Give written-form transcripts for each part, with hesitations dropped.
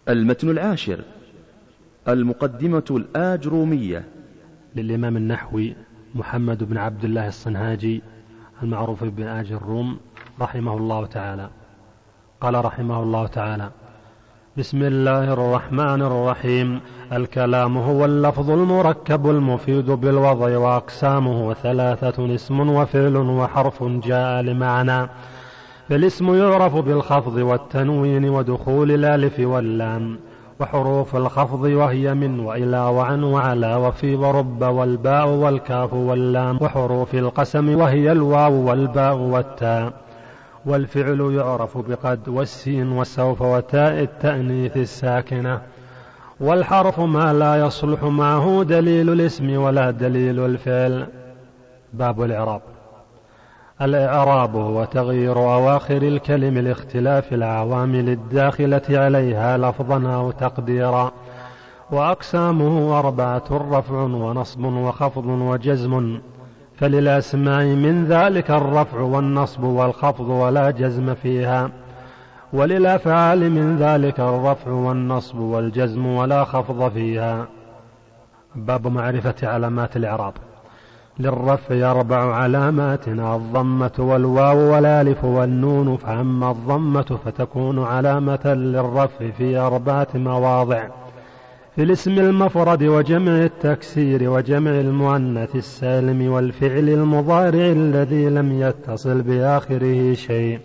المتن العاشر: المقدمة الآجرومية للإمام النحوي محمد بن عبد الله الصنهاجي المعروف بن آج الروم رحمه الله تعالى. قال رحمه الله تعالى: بسم الله الرحمن الرحيم. الكلام هو اللفظ المركب المفيد بالوضع، وأقسامه 3: اسم وفعل وحرف جاء لمعنى. فالاسم يعرف بالخفض والتنوين ودخول الألف واللام، وحروف الخفض وهي من وإلى وعن وعلى وفي ورب والباء والكاف واللام، وحروف القسم وهي الواو والباء والتاء. والفعل يعرف بقد والسين وسوف وتاء التأنيث الساكنة. والحرف ما لا يصلح معه دليل الاسم ولا دليل الفعل. باب الإعراب. الإعراب هو تغيير أواخر الكلم لاختلاف العوامل الداخلة عليها لفظا أو تقديرا. وأقسامه 4: رفع ونصب وخفض وجزم. فللأسماء من ذلك الرفع والنصب والخفض ولا جزم فيها، وللأفعال من ذلك الرفع والنصب والجزم ولا خفض فيها. باب معرفة علامات الإعراب. للرفع 4 علامات: الضمة والواو والالف والنون. فأما الضمة فتكون علامة للرفع في 4 مواضع: في الاسم المفرد وجمع التكسير وجمع المؤنث السالم والفعل المضارع الذي لم يتصل بآخره شيء.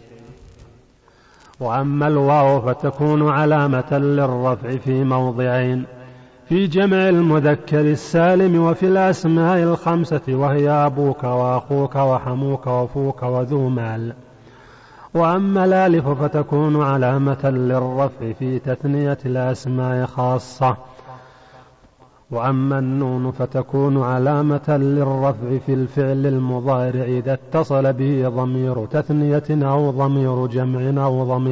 وأما الواو فتكون علامة للرفع في موضعين: في جمع المذكر السالم وفي الأسماء 5 وهي أبوك وأخوك وحموك وفوك وذو مال. وأما الألف فتكون علامة للرفع في تثنية الأسماء خاصة. وأما النون فتكون علامة للرفع في الفعل المضارع إذا اتصل به ضمير تثنية أو ضمير جمع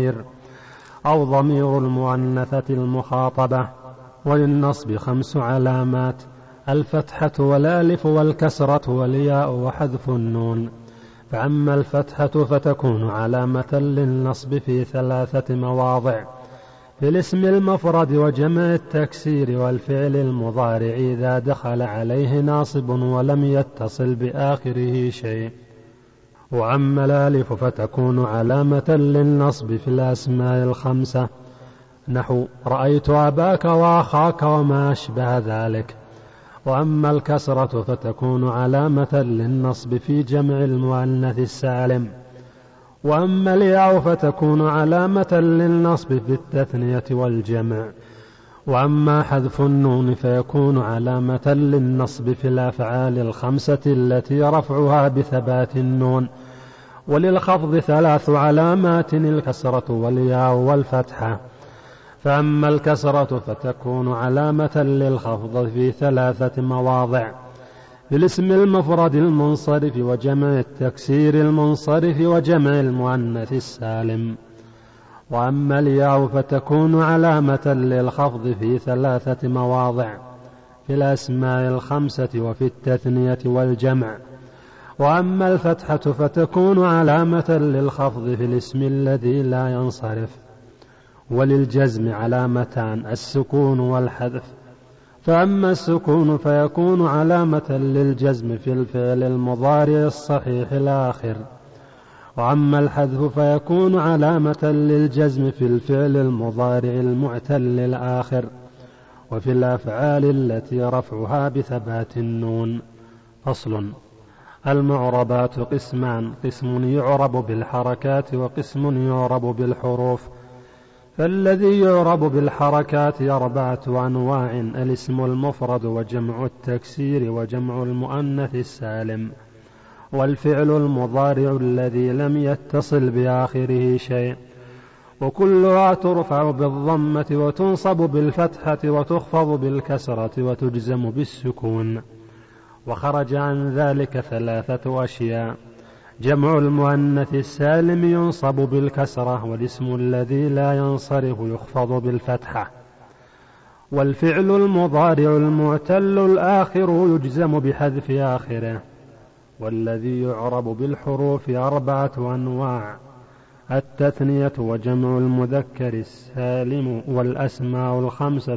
أو ضمير المؤنثة المخاطبة. وللنصب 5 علامات: الفتحة والالف والكسرة والياء وحذف النون. فأما الفتحة فتكون علامة للنصب في 3 مواضع: في الاسم المفرد وجمع التكسير والفعل المضارع إذا دخل عليه ناصب ولم يتصل بآخره شيء. وأما الألف فتكون علامة للنصب في الأسماء 5 نحو رأيت أباك وأخاك وما أشبه ذلك. وأما الكسرة فتكون علامة للنصب في جمع المؤنث السالم. وأما الياء فتكون علامة للنصب في التثنية والجمع. وأما حذف النون فيكون علامة للنصب في الأفعال 5 التي رفعها بثبات النون. وللخفض 3 علامات: الكسرة والياء والفتحة. فأما الكسرة فتكون علامة للخفض في 3 مواضع: في الاسم المفرد المنصرف وجمع التكسير المنصرف وجمع المؤنث السالم. وأما الياء فتكون علامة للخفض في 3 مواضع: في الأسماء 5 وفي التثنية والجمع. وأما الفتحة فتكون علامة للخفض في الاسم الذي لا ينصرف. وللجزم علامتان: السكون والحذف. فأما السكون فيكون علامة للجزم في الفعل المضارع الصحيح الآخر. وأما الحذف فيكون علامة للجزم في الفعل المضارع المعتل الآخر وفي الأفعال التي رفعها بثبات النون. فصل. المعربات قسمان: قسم يعرب بالحركات وقسم يعرب بالحروف. فالذي يعرب بالحركات 4 أنواع: الاسم المفرد وجمع التكسير وجمع المؤنث السالم، والفعل المضارع الذي لم يتصل بآخره شيء. وكلها ترفع بالضمة وتنصب بالفتحة وتخفض بالكسرة وتجزم بالسكون. وخرج عن ذلك 3 أشياء: جمع المؤنث السالم ينصب بالكسرة، والاسم الذي لا ينصرف يخفض بالفتحة، والفعل المضارع المعتل الآخر يجزم بحذف آخره. والذي يعرب بالحروف 4 أنواع: التثنية وجمع المذكر السالم والأسماء الخمسة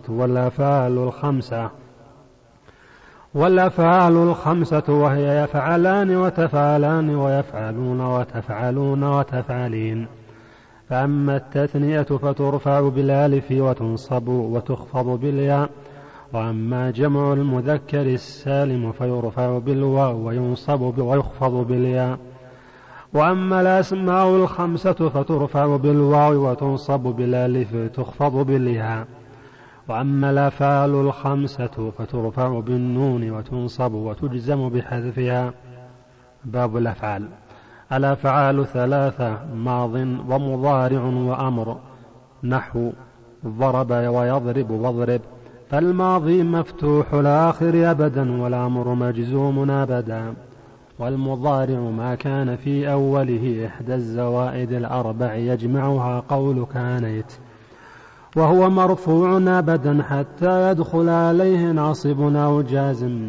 والأفعال الخمسة وهي يفعلان وتفعلان ويفعلون وتفعلون وتفعلين. فأما التثنية فترفع بالألف وتنصب وتخفض بالياء، وأما جمع المذكر السالم فيرفع بالواو وينصب ويخفض بالياء. وأما الأسماء الخمسة فترفع بالواو وتنصب بالألف وتخفض بالياء. وأما الأفعال الخمسة فترفع بالنون وتنصب وتجزم بحذفها. باب الأفعال. الأفعال ثلاثة: ماض ومضارع وأمر، نحو ضرب ويضرب واضرب، فالماضي مفتوح الآخر أبدا والأمر مجزوم أبدا. والمضارع ما كان في أوله إحدى الزوائد الأربع يجمعها قول كانت، وهو مرفوع أبدا حتى يدخل عليه ناصب أو جازم.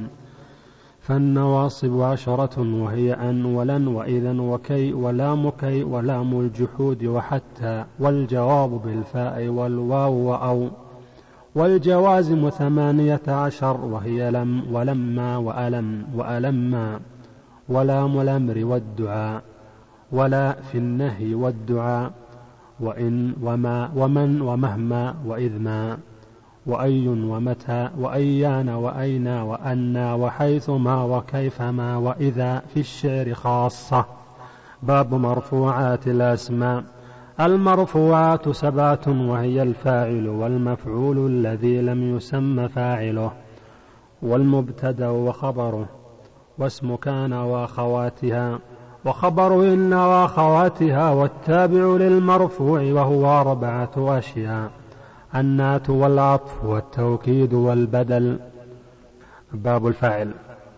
فالنواصب 10 وهي أن ولن وإذا وكي ولام كي ولام الجحود وحتى، والجواب بالفاء والواو وأو. والجوازم 18 وهي لم ولما وألم وألما، ولام الأمر والدعاء، ولا في النهي والدعاء، وإن وما ومن ومهما وإذما، وأي ومتى وأيان وأين وأنا وحيثما وكيفما وإذا في الشعر خاصة. باب مرفوعات الأسماء. المرفوعات 7 وهي الفاعل والمفعول الذي لم يسم فاعله، والمبتدأ وخبره، واسم كان وأخواتها، وخبر إن وأخواتها، والتابع للمرفوع وهو 4 أشياء: النعت والعطف والتوكيد والبدل. باب الفاعل.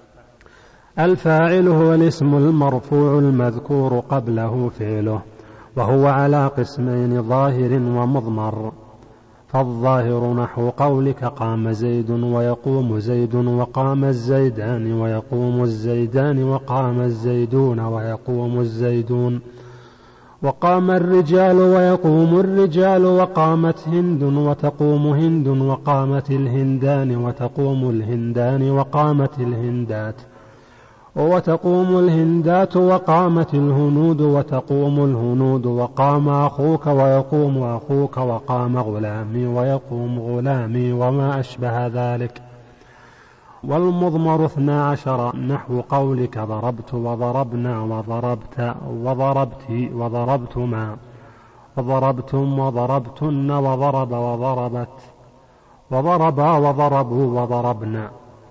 الفاعل هو الاسم المرفوع المذكور قبله فعله، وهو على قسمين: ظاهر ومضمر. فالظاهر نحو قولك قام زيد ويقوم زيد وقام الزيدان ويقوم الزيدان وقام الزيدون ويقوم الزيدون، وقام الرجال ويقوم الرجال، وقامت هند وتقوم هند، وقامت الهندان وتقوم الهندان، وقامت الهندات وتقوم الهندات، وقامت الهنود وتقوم الهنود، وقام أخوك ويقوم أخوك، وقام غلامي ويقوم غلامي، وما أشبه ذلك. والمضمر 12 نحو قولك ضربت وضربنا وضربت وضربت وضربتما، وضربتم وضربتن وضرب وضربت وضربا وضربوا وضربنا.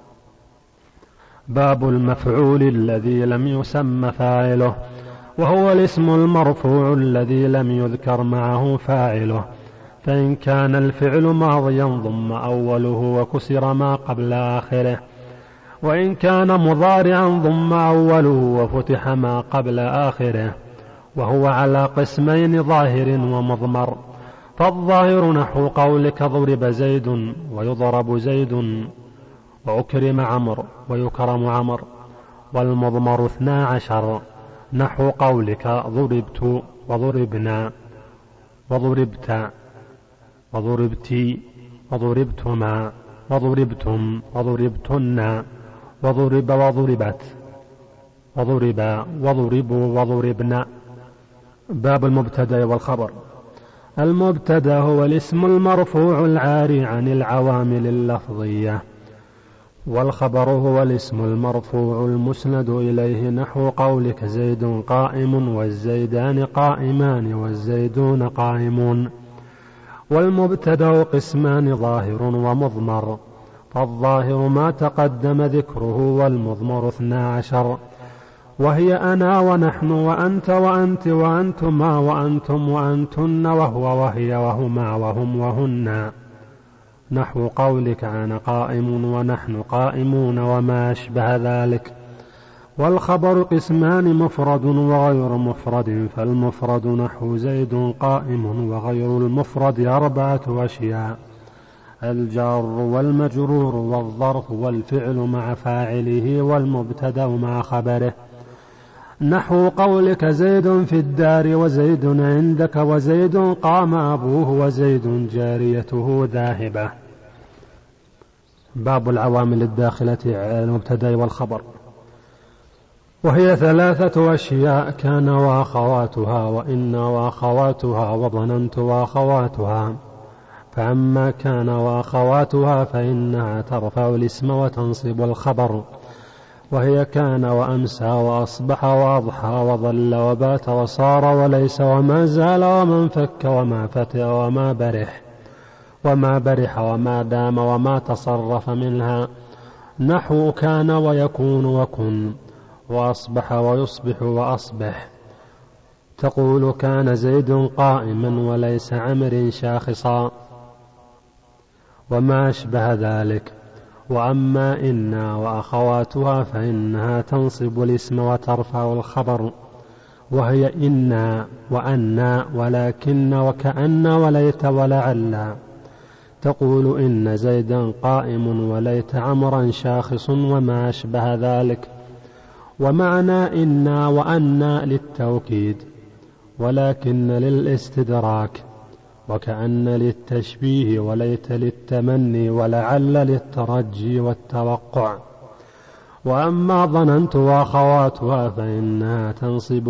باب المفعول الذي لم يسم فاعله، وهو الاسم المرفوع الذي لم يذكر معه فاعله. فإن كان الفعل ماضيا ضم أوله وكسر ما قبل آخره، وإن كان مضارعا ضم أوله وفتح ما قبل آخره، وهو على قسمين: ظاهر ومضمر. فالظاهر نحو قولك ضرب زيد ويضرب زيد، وأكرم عمرو ويكرم عمرو. والمضمر 12 نحو قولك ضربت وضربنا وضربت وضربتي وضربتما وضربتم وضربتن وضرب وضربت وضربا وضربوا وضربنا. باب المبتدأ والخبر. المبتدأ هو الاسم المرفوع العاري عن العوامل اللفظية، والخبر هو الاسم المرفوع المسند إليه نحو قولك زيد قائم والزيدان قائمان والزيدون قائمون. والمبتدأ قسمان: ظاهر ومضمر. فالظاهر ما تقدم ذكره، والمضمر 12 وهي أنا ونحن وأنت وأنت وأنتما وأنتم وأنتن وهو وهي وهما وهم وهن، نحو قولك أنا قائم ونحن قائمون وما أشبه ذلك. والخبر قسمان: مفرد وغير مفرد. فالمفرد نحو زيد قائم، وغير المفرد 4 أشياء: الجار والمجرور والظرف والفعل مع فاعله والمبتدأ مع خبره. نحو قولك زيد في الدار وزيد عندك وزيد قام أبوه وزيد جاريته ذاهبة. باب العوامل الداخلة على المبتدأ والخبر، وهي 3 أشياء: كان وأخواتها، وإن وأخواتها، وظننت وأخواتها. فأما كان وأخواتها فإنها ترفع الاسم وتنصب الخبر، وهي كان وأمسى وأصبح وأضحى وظل وبات وصار وليس وما زال وما انفك وما فتئ وما برح وما دام وما تصرف منها. نحو كان ويكون وكن، وأصبح ويصبح وأصبح. تقول كان زيد قائما وليس عمر شاخصا، وما أشبه ذلك. وأما إنا وأخواتها فإنها تنصب الاسم وترفع الخبر، وهي إنا وأنا ولكن وكأن وليت ولعل. تقول إن زيدا قائم وليت عمرا شاخص وما أشبه ذلك. ومعنى إنا وأنا للتوكيد، ولكن للاستدراك، وكأن للتشبيه، وليت للتمني، ولعل للترجي والتوقع. وأما ظننت وأخواتها فإنها تنصب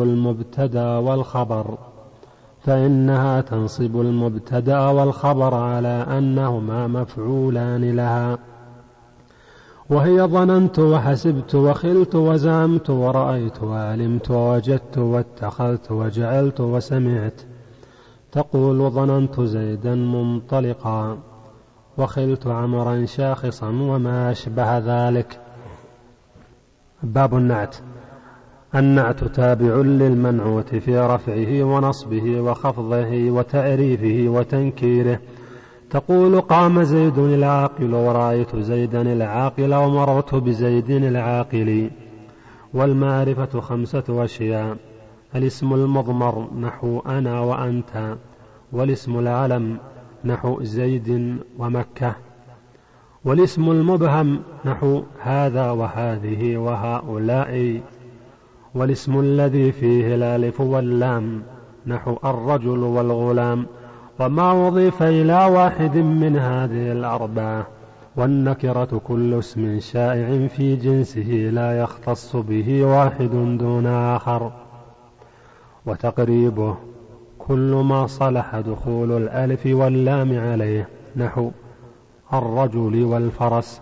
المبتدأ والخبر على أنهما مفعولان لها، وهي ظننت وحسبت وخلت وزعمت ورأيت وعلمت ووجدت واتخذت وجعلت وسمعت. تقول ظننت زيدا منطلقا وخلت عمرا شاخصا وما أشبه ذلك. باب النعت. النعت تابع للمنعوت في رفعه ونصبه وخفضه وتعريفه وتنكيره. تقول قام زيد العاقل ورأيت زيدا العاقل ومررت بزيد العاقل. والمعرفة 5 أشياء: الاسم المضمر نحو أنا وأنت، والاسم العلم نحو زيد ومكة، والاسم المبهم نحو هذا وهذه وهؤلاء، والاسم الذي فيه الألف واللام نحو الرجل والغلام، وما أضيف إلى واحد من هذه الأربعة. والنكرة كل اسم شائع في جنسه لا يختص به واحد دون آخر. وتقريبه كل ما صلح دخول الألف واللام عليه نحو الرجل والفرس.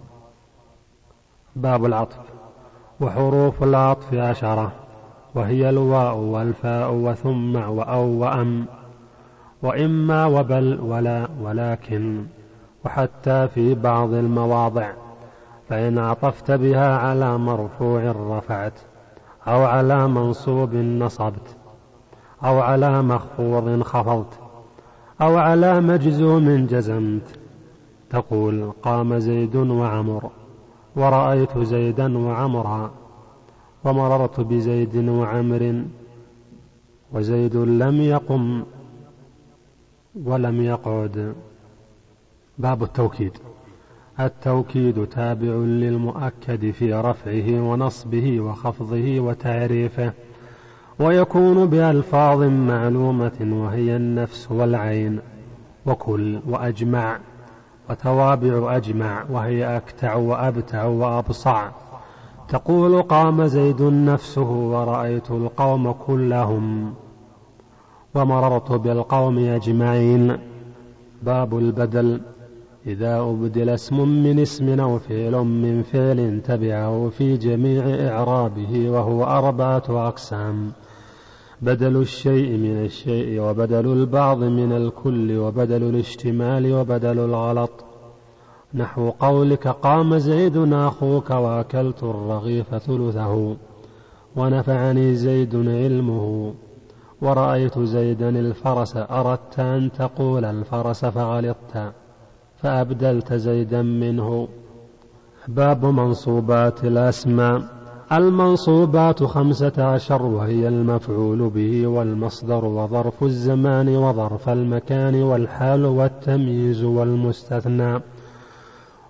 باب العطف. وحروف العطف 10، وهي الواو والفاء وثم وأو وأم وإما وبل ولا ولكن، وحتى في بعض المواضع. فإن عطفت بها على مرفوع رفعت، أو على منصوب نصبت، أو على مخفوض خفضت، أو على مجزوم جزمت. تقول قام زيد وعمر، ورأيت زيدا وعمرا، ومررت بزيد وعمر، وزيد لم يقم ولم يقعد. باب التوكيد. التوكيد تابع للمؤكد في رفعه ونصبه وخفضه وتعريفه، ويكون بألفاظ معلومة، وهي النفس والعين وكل وأجمع وتوابع أجمع، وهي أكتع وأبتع وأبصع. تقول قام زيد نفسه ورأيت القوم كلهم، ومررت بالقوم أجمعين. باب البدل. إذا أبدل اسم من اسم أو فعل من فعل تبعه في جميع إعرابه، وهو 4 أقسام: بدل الشيء من الشيء، وبدل البعض من الكل، وبدل الاشتمال، وبدل الغلط. نحو قولك قام زيد أخوك وأكلت الرغيف ثلثه، ونفعني زيد علمه، ورأيت زيدا الفرس. أردت أن تقول الفرس فغلطت فأبدلت زيدا منه. باب منصوبات الأسماء. المنصوبات 15، وهي المفعول به والمصدر وظرف الزمان وظرف المكان والحال والتمييز والمستثنى.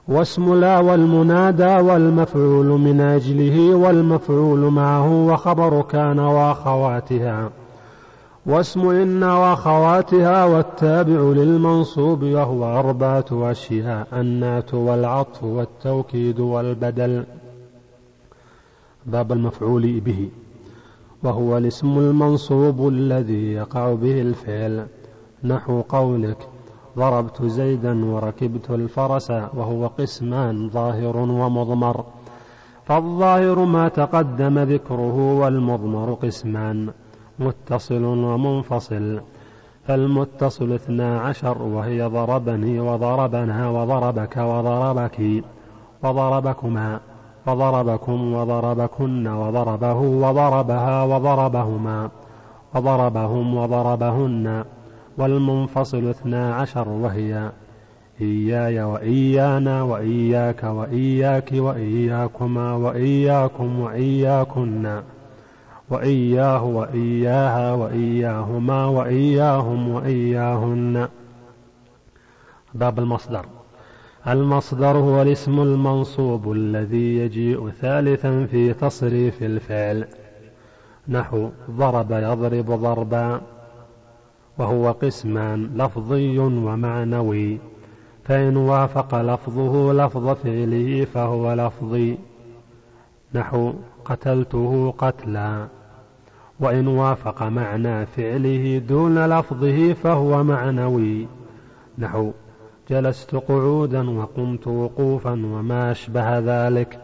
واسم لا والمنادى والمفعول من أجله والمفعول معه وخبر كان وأخواتها، واسم إن وأخواتها والتابع للمنصوب وهو 4 أشياء: النات والعطف والتوكيد والبدل. باب المفعول به، وهو الاسم المنصوب الذي يقع به الفعل، نحو قولك ضربت زيدا وركبت الفرس، وهو قسمان: ظاهر ومضمر. فالظاهر ما تقدم ذكره، والمضمر قسمان: متصل ومنفصل. فالمتصل 12، وهي ضربني وضربنا وضربك وضربك وضربكما وضربكم وضربكن وضربه وضربها وضربهما وضربهم وضربهن. والمنفصل 12، وهي إياي وإيانا وإياك وإياك وإياكما وإياكم وإياكن وإياه وإياها وإياهما وإياهم وإياهن. باب المصدر. المصدر هو الاسم المنصوب الذي يجيء ثالثا في تصريف الفعل، نحو ضرب يضرب ضربا، وهو قسمان: لفظي ومعنوي. فإن وافق لفظه لفظ فعله فهو لفظي، نحو قتلته قتلا. وإن وافق معنى فعله دون لفظه فهو معنوي، نحو جلست قعودا وقمت وقوفا وما أشبه ذلك.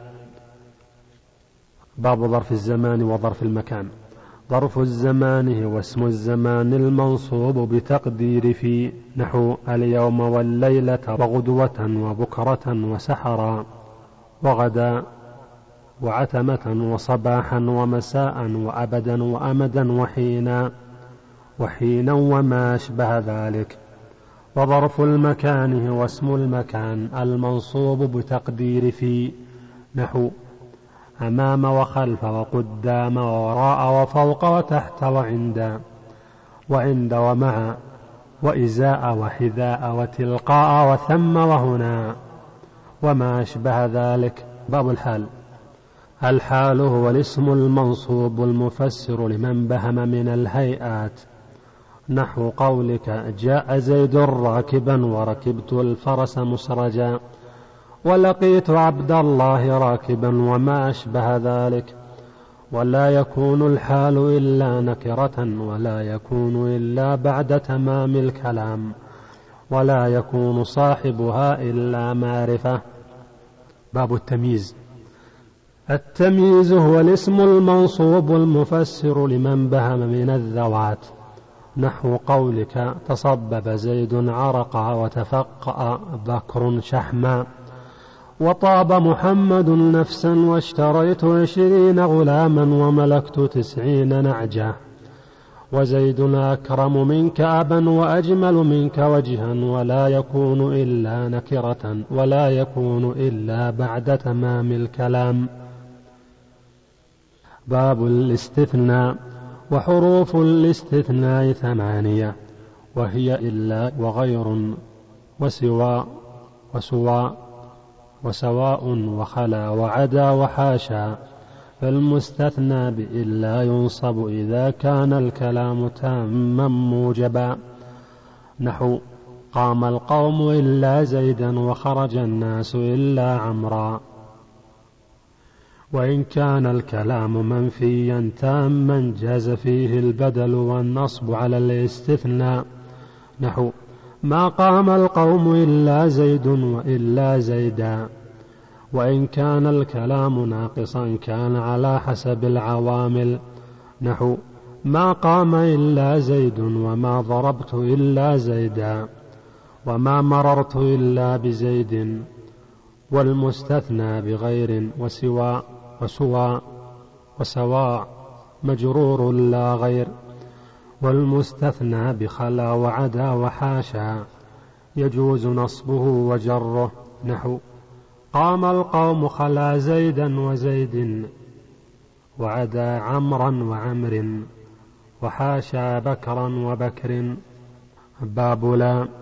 باب ظرف الزمان وظرف المكان. ظرف الزمان هو اسم الزمان المنصوب بتقدير في، نحو اليوم والليلة وغدوة وبكرة وسحرا وغدا وعتمة وصباحا ومساء وأبدا وأمدا وحينا وما أشبه ذلك. وظرف المكان هو اسم المكان المنصوب بتقدير في، نحو أمام وخلف وقدام ووراء وفوق وتحت وعند ومع وإزاء وحذاء وتلقاء وثم وهنا وما أشبه ذلك. باب الحال. الحال هو الاسم المنصوب المفسر لمن بهم من الهيئات، نحو قولك جاء زيد راكبا وركبت الفرس مسرجا، ولقيت عبد الله راكبا وما أشبه ذلك. ولا يكون الحال إلا نكرة، ولا يكون إلا بعد تمام الكلام، ولا يكون صاحبها إلا معرفة. باب التمييز. التمييز هو الاسم المنصوب المفسر لمن بهم من الذوات، نحو قولك تصبب زيد عرقا وتفقأ بكر شحما، وطاب محمد نفسا واشتريت 20 غلاما وملكت 90 نعجة. وزيد أكرم منك أبا وأجمل منك وجها، ولا يكون إلا نكرة، ولا يكون إلا بعد تمام الكلام. باب الاستثناء. وحروف الاستثناء 8، وهي إلا وغير وسواء وسواء وخلا وعدا وحاشا. فالمستثنى بإلا ينصب إذا كان الكلام تاما موجبا، نحو قام القوم إلا زيدا وخرج الناس إلا عمرا. وإن كان الكلام منفيا تاما جاز فيه البدل والنصب على الاستثناء، نحو ما قام القوم إلا زيد وإلا زيدا. وإن كان الكلام ناقصا كان على حسب العوامل، نحو ما قام إلا زيد وما ضربت إلا زيدا وما مررت إلا بزيد. والمستثنى بغير وسواء مجرور لا غير. والمستثنى بخلا وعدا وحاشا يجوز نصبه وجره، نحو قام القوم خلا زيدا وزيد وعدا عمرا وعمر وحاشا بكرا وبكر. باب لا.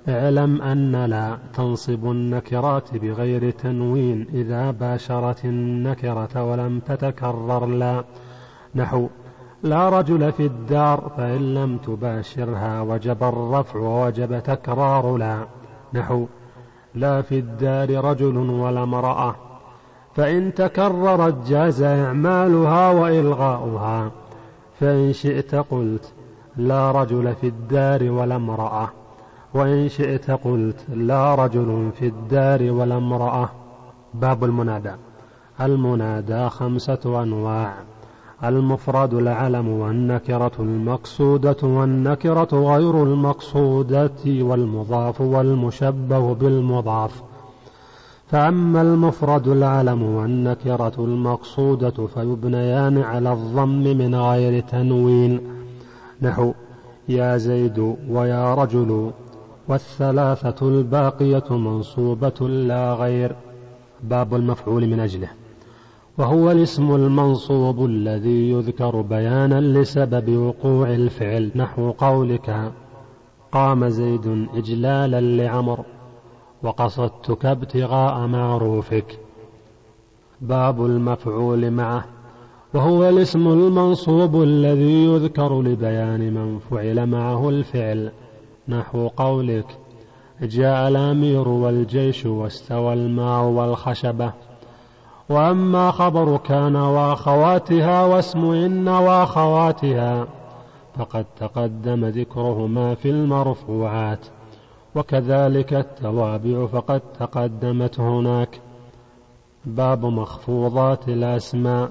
اعلم أن لا تنصب النكرات بغير تنوين إذا باشرت النكرة ولم تتكرر لا. نحو لا رجل في الدار فإن لم تباشرها وجب الرفع ووجب تكرار لا. نحو لا في الدار رجل ولا امرأة فإن تكررت جاز إعمالها وإلغاؤها. فإن شئت قلت لا رجل في الدار ولا امرأة، وإن شئت قلت لا رجل في الدار ولا امرأة. باب المنادى. المنادى 5 أنواع: المفرد العلم والنكرة المقصودة والنكرة غير المقصودة والمضاف والمشبه بالمضاف. فأما المفرد العلم والنكرة المقصودة فيبنيان على الضم من غير تنوين، نحو يا زيد ويا رجل، والثلاثة الباقية منصوبة لا غير. باب المفعول من أجله، وهو الاسم المنصوب الذي يذكر بيانا لسبب وقوع الفعل، نحو قولك قام زيد إجلالا لعمر وقصدتك ابتغاء معروفك. باب المفعول معه، وهو الاسم المنصوب الذي يذكر لبيان من فعل معه الفعل، نحو قولك جاء الأمير والجيش واستوى الماء والخشبة. وأما خبر كان وأخواتها واسم إن وأخواتها فقد تقدم ذكرهما في المرفوعات، وكذلك التوابع فقد تقدمت هناك. باب مخفوضات الأسماء.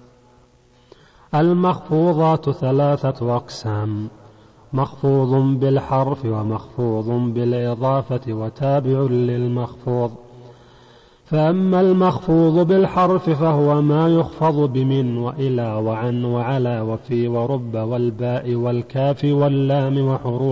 المخفوضات 3 أقسام: مخفوض بالحرف ومخفوض بالإضافة وتابع للمخفوض. فأما المخفوض بالحرف فهو ما يخفض بمن وإلى وعن وعلى وفي ورب والباء والكاف واللام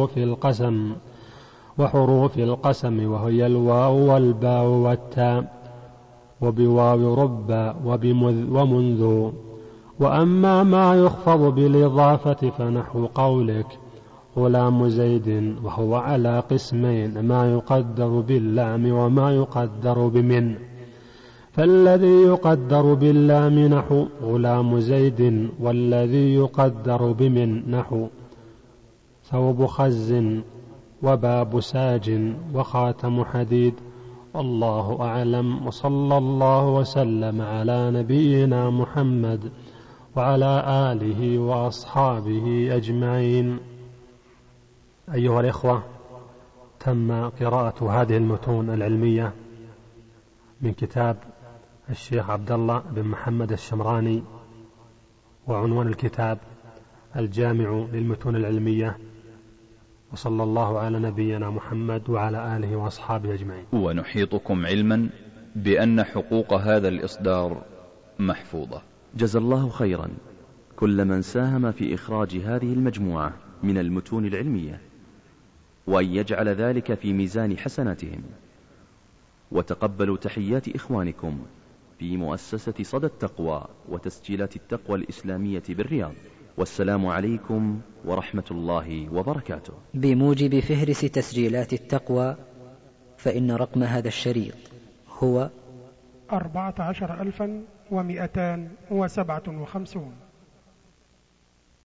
وحروف القسم وهي الواو والباء والتاء، وبواو رب ومنذ. وأما ما يخفض بالإضافة فنحو قولك غلام زيد، وهو على قسمين: ما يقدر باللام وما يقدر بمن. فالذي يقدر باللام نحو غلام زيد، والذي يقدر بمن نحو ثوب خز وباب ساج وخاتم حديد. والله أعلم، وصلى الله وسلم على نبينا محمد وعلى آله وأصحابه أجمعين. أيها الإخوة، تم قراءة هذه المتون العلمية من كتاب الشيخ عبد الله بن محمد الشمراني، وعنوان الكتاب الجامع للمتون العلمية. وصلى الله على نبينا محمد وعلى آله وأصحابه أجمعين. ونحيطكم علما بأن حقوق هذا الإصدار محفوظة. جزى الله خيرا كل من ساهم في إخراج هذه المجموعة من المتون العلمية، وأن يجعل ذلك في ميزان حسناتهم. وتقبلوا تحيات إخوانكم في مؤسسة صدى التقوى وتسجيلات التقوى الإسلامية بالرياض، والسلام عليكم ورحمة الله وبركاته. بموجب فهرس تسجيلات التقوى، فإن رقم هذا الشريط هو 14,257.